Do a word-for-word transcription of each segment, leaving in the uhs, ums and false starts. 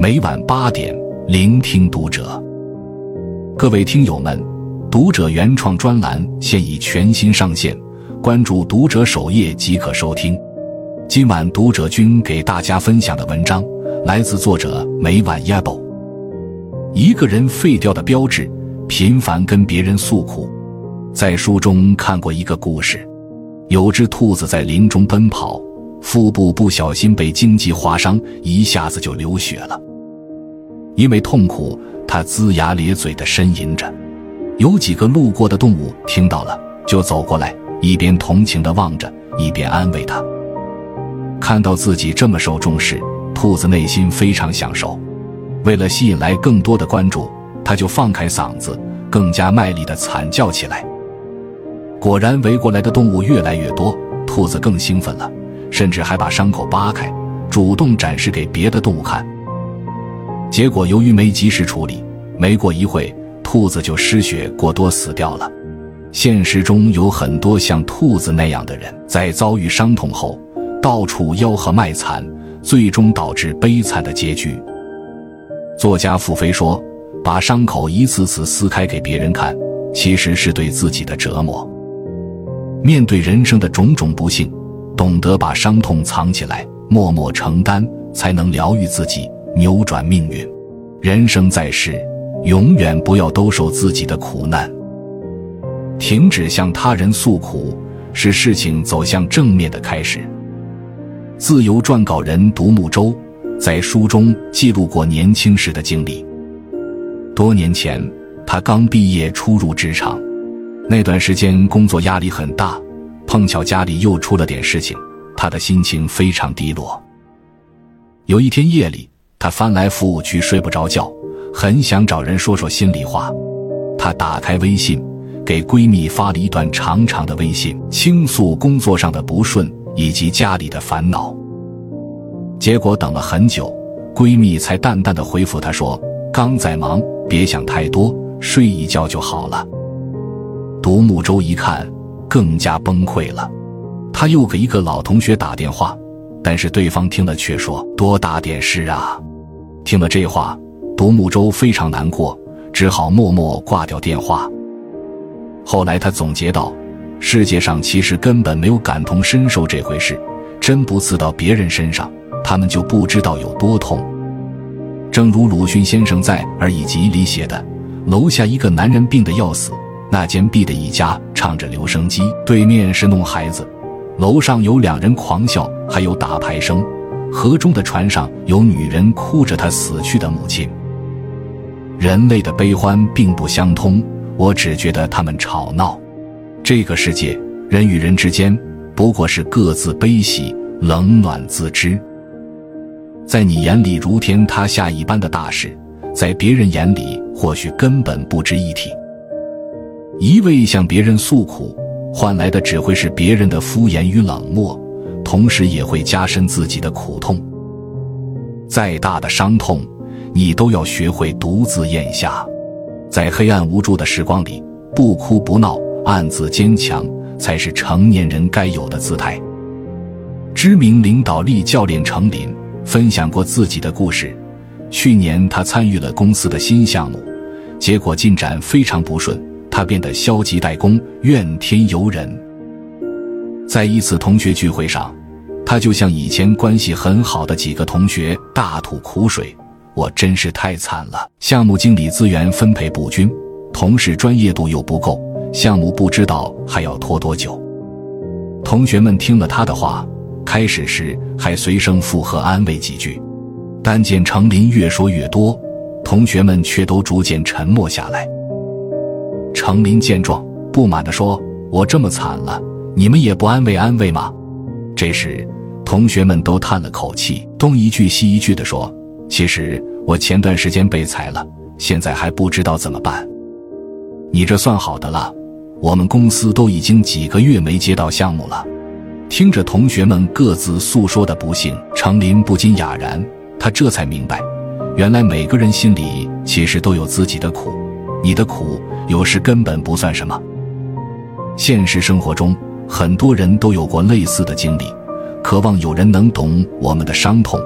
每晚八点，聆听读者。各位听友们，读者原创专栏现已全新上线，关注读者首页即可收听。今晚读者君给大家分享的文章来自作者每晚 Yabo。 一个人废掉的标志，频繁跟别人诉苦。在书中看过一个故事，有只兔子在林中奔跑，腹部不小心被荆棘划伤，一下子就流血了。因为痛苦，它龇牙咧嘴地呻吟着。有几个路过的动物听到了，就走过来，一边同情地望着，一边安慰它。看到自己这么受重视，兔子内心非常享受。为了吸引来更多的关注，它就放开嗓子，更加卖力地惨叫起来。果然围过来的动物越来越多，兔子更兴奋了，甚至还把伤口扒开，主动展示给别的动物看。结果由于没及时处理，没过一会，兔子就失血过多死掉了。现实中有很多像兔子那样的人，在遭遇伤痛后，到处吆喝卖惨，最终导致悲惨的结局。作家付飞说，把伤口一次次撕开给别人看，其实是对自己的折磨。面对人生的种种不幸，懂得把伤痛藏起来，默默承担，才能疗愈自己，扭转命运。人生在世，永远不要兜售自己的苦难。停止向他人诉苦，是事情走向正面的开始。自由撰稿人独木舟在书中记录过年轻时的经历。多年前，他刚毕业初入职场，那段时间工作压力很大，碰巧家里又出了点事情，他的心情非常低落。有一天夜里，他翻来覆去睡不着觉，很想找人说说心里话。他打开微信，给闺蜜发了一段长长的微信，倾诉工作上的不顺以及家里的烦恼。结果等了很久，闺蜜才淡淡地回复她说，刚在忙，别想太多，睡一觉就好了。独木舟一看，更加崩溃了。他又给一个老同学打电话，但是对方听了却说，多打点事啊。听了这话，独木舟非常难过，只好默默挂掉电话。后来他总结道，世界上其实根本没有感同身受这回事，真不刺到别人身上，他们就不知道有多痛。正如鲁迅先生在《而已集》里写的，楼下一个男人病得要死，那间壁的一家唱着留声机，对面是弄孩子，楼上有两人狂笑，还有打牌声，河中的船上有女人哭着她死去的母亲。人类的悲欢并不相通，我只觉得他们吵闹。这个世界，人与人之间不过是各自悲喜，冷暖自知。在你眼里如天塌下一般的大事，在别人眼里或许根本不值一提。一味向别人诉苦，换来的只会是别人的敷衍与冷漠，同时也会加深自己的苦痛。再大的伤痛，你都要学会独自咽下。在黑暗无助的时光里，不哭不闹，暗自坚强，才是成年人该有的姿态。知名领导力教练程琳分享过自己的故事。去年他参与了公司的新项目，结果进展非常不顺，他变得消极怠工，怨天尤人。在一次同学聚会上，他就向以前关系很好的几个同学大吐苦水，我真是太惨了，项目经理资源分配不均，同事专业度又不够，项目不知道还要拖多久。同学们听了他的话，开始时还随声附和安慰几句，但见程琳越说越多，同学们却都逐渐沉默下来。程琳见状，不满地说，我这么惨了，你们也不安慰安慰吗？这时同学们都叹了口气，东一句西一句地说，其实我前段时间被裁了，现在还不知道怎么办。你这算好的了，我们公司都已经几个月没接到项目了。听着同学们各自诉说的不幸，程琳不禁哑然，他这才明白，原来每个人心里其实都有自己的苦，你的苦有时根本不算什么。现实生活中，很多人都有过类似的经历，渴望有人能懂我们的伤痛，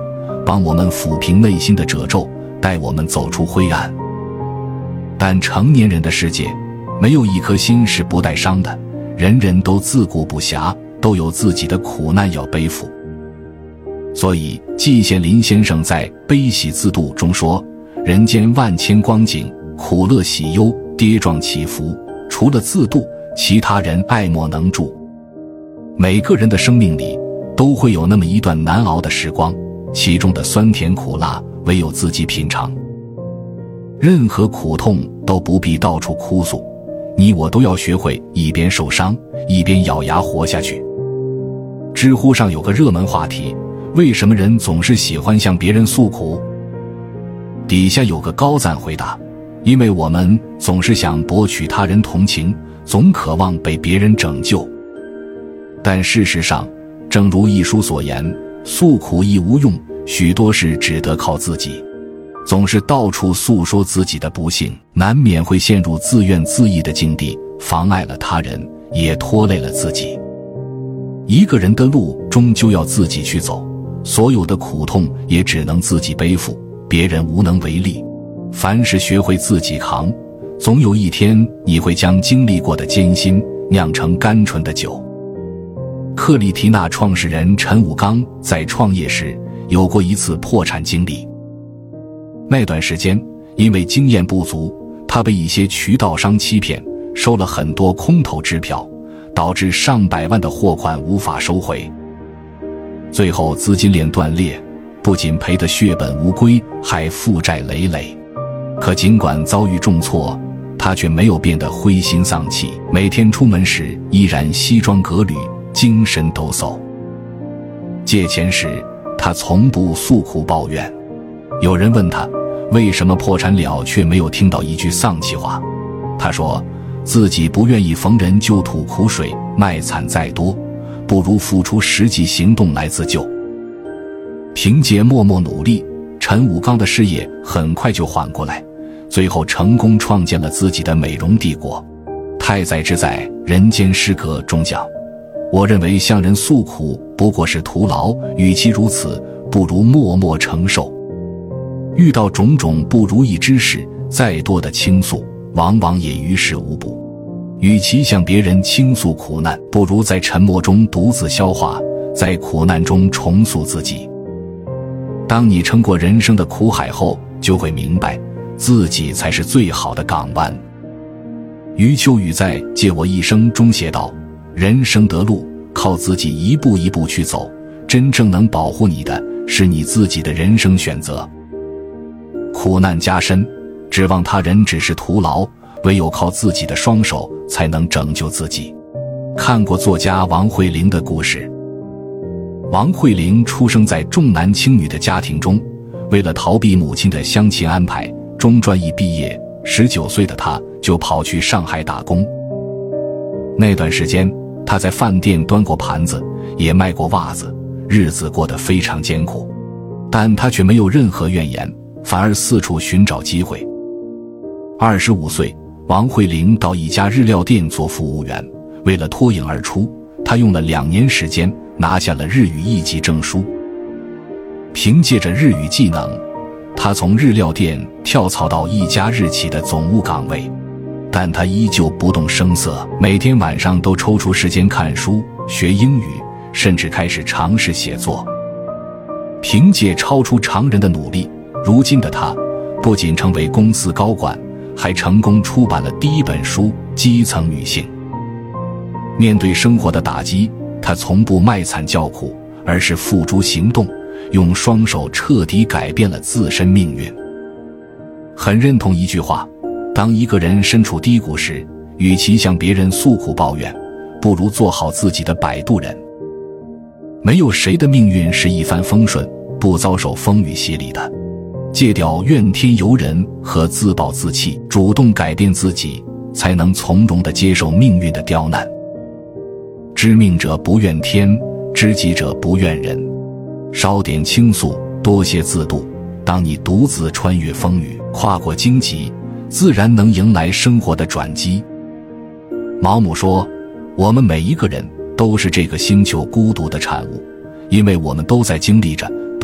帮我们抚平内心的褶皱，带我们走出灰暗。但成年人的世界，没有一颗心是不带伤的，人人都自顾不暇，都有自己的苦难要背负。所以季羡林先生在《悲喜自度》中说，人间万千光景，苦乐喜忧，跌撞起伏，除了自度，其他人爱莫能助。每个人的生命里都会有那么一段难熬的时光，其中的酸甜苦辣唯有自己品尝。任何苦痛都不必到处哭诉，你我都要学会一边受伤一边咬牙活下去。知乎上有个热门话题，为什么人总是喜欢向别人诉苦？底下有个高赞回答，因为我们总是想博取他人同情，总渴望被别人拯救。但事实上，正如一书所言，诉苦亦无用，许多事只得靠自己。总是到处诉说自己的不幸，难免会陷入自怨自艾的境地，妨碍了他人，也拖累了自己。一个人的路终究要自己去走，所有的苦痛也只能自己背负，别人无能为力。凡事学会自己扛，总有一天你会将经历过的艰辛酿成甘醇的酒。克里缇娜创始人陈武刚在创业时有过一次破产经历。那段时间因为经验不足，他被一些渠道商欺骗，收了很多空头支票，导致上百万的货款无法收回。最后资金链断裂，不仅赔得血本无归，还负债累累。可尽管遭遇重挫，他却没有变得灰心丧气，每天出门时依然西装革履，精神抖擞。借钱时他从不诉苦抱怨，有人问他为什么破产了却没有听到一句丧气话，他说自己不愿意逢人就吐苦水，卖惨再多不如付出实际行动来自救。凭借默默努力，陈武刚的事业很快就缓过来，最后成功创建了自己的美容帝国。太宰治在《人间失格》中讲，我认为向人诉苦不过是徒劳，与其如此，不如默默承受。遇到种种不如意之事，再多的倾诉往往也于事无补。与其向别人倾诉苦难，不如在沉默中独自消化，在苦难中重塑自己。当你撑过人生的苦海后，就会明白自己才是最好的港湾。余秋雨在《借我一生》中写道，人生的路靠自己一步一步去走，真正能保护你的是你自己的人生选择。苦难加深，指望他人只是徒劳，唯有靠自己的双手才能拯救自己。看过作家王慧玲的故事。王慧玲出生在重男轻女的家庭中，为了逃避母亲的相亲安排，中专一毕业，十九岁的她就跑去上海打工。那段时间，她在饭店端过盘子，也卖过袜子，日子过得非常艰苦。但她却没有任何怨言，反而四处寻找机会。二十五岁，王慧玲到一家日料店做服务员，为了脱颖而出，她用了两年时间拿下了日语一级证书。凭借着日语技能，她从日料店跳槽到一家日企的总务岗位，但她依旧不动声色，每天晚上都抽出时间看书、学英语，甚至开始尝试写作。凭借超出常人的努力，如今的她不仅成为公司高管，还成功出版了第一本书《基层女性》。面对生活的打击，她从不卖惨叫苦，而是付诸行动，用双手彻底改变了自身命运。很认同一句话，当一个人身处低谷时，与其向别人诉苦抱怨，不如做好自己的摆渡人。没有谁的命运是一帆风顺，不遭受风雨洗礼的。戒掉怨天尤人和自暴自弃，主动改变自己，才能从容地接受命运的刁难。知命者不怨天，知己者不怨人。少点倾诉，多些自度。当你独自穿越风雨，跨过荆棘，自然能迎来生活的转机。毛姆说，我们每一个人都是这个星球孤独的产物，因为我们都在经历着独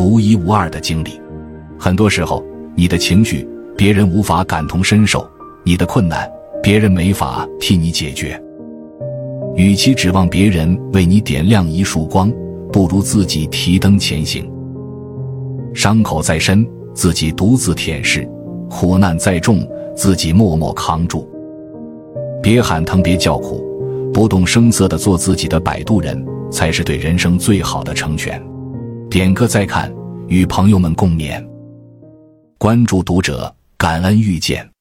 独一无二的经历。很多时候，你的情绪别人无法感同身受，你的困难别人没法替你解决。与其指望别人为你点亮一束光，不如自己提灯前行。伤口再深，自己独自舔舐；苦难再重，自己默默扛住。别喊疼，别叫苦，不动声色地做自己的摆渡人，才是对人生最好的成全。点个再看，与朋友们共勉。关注读者，感恩遇见。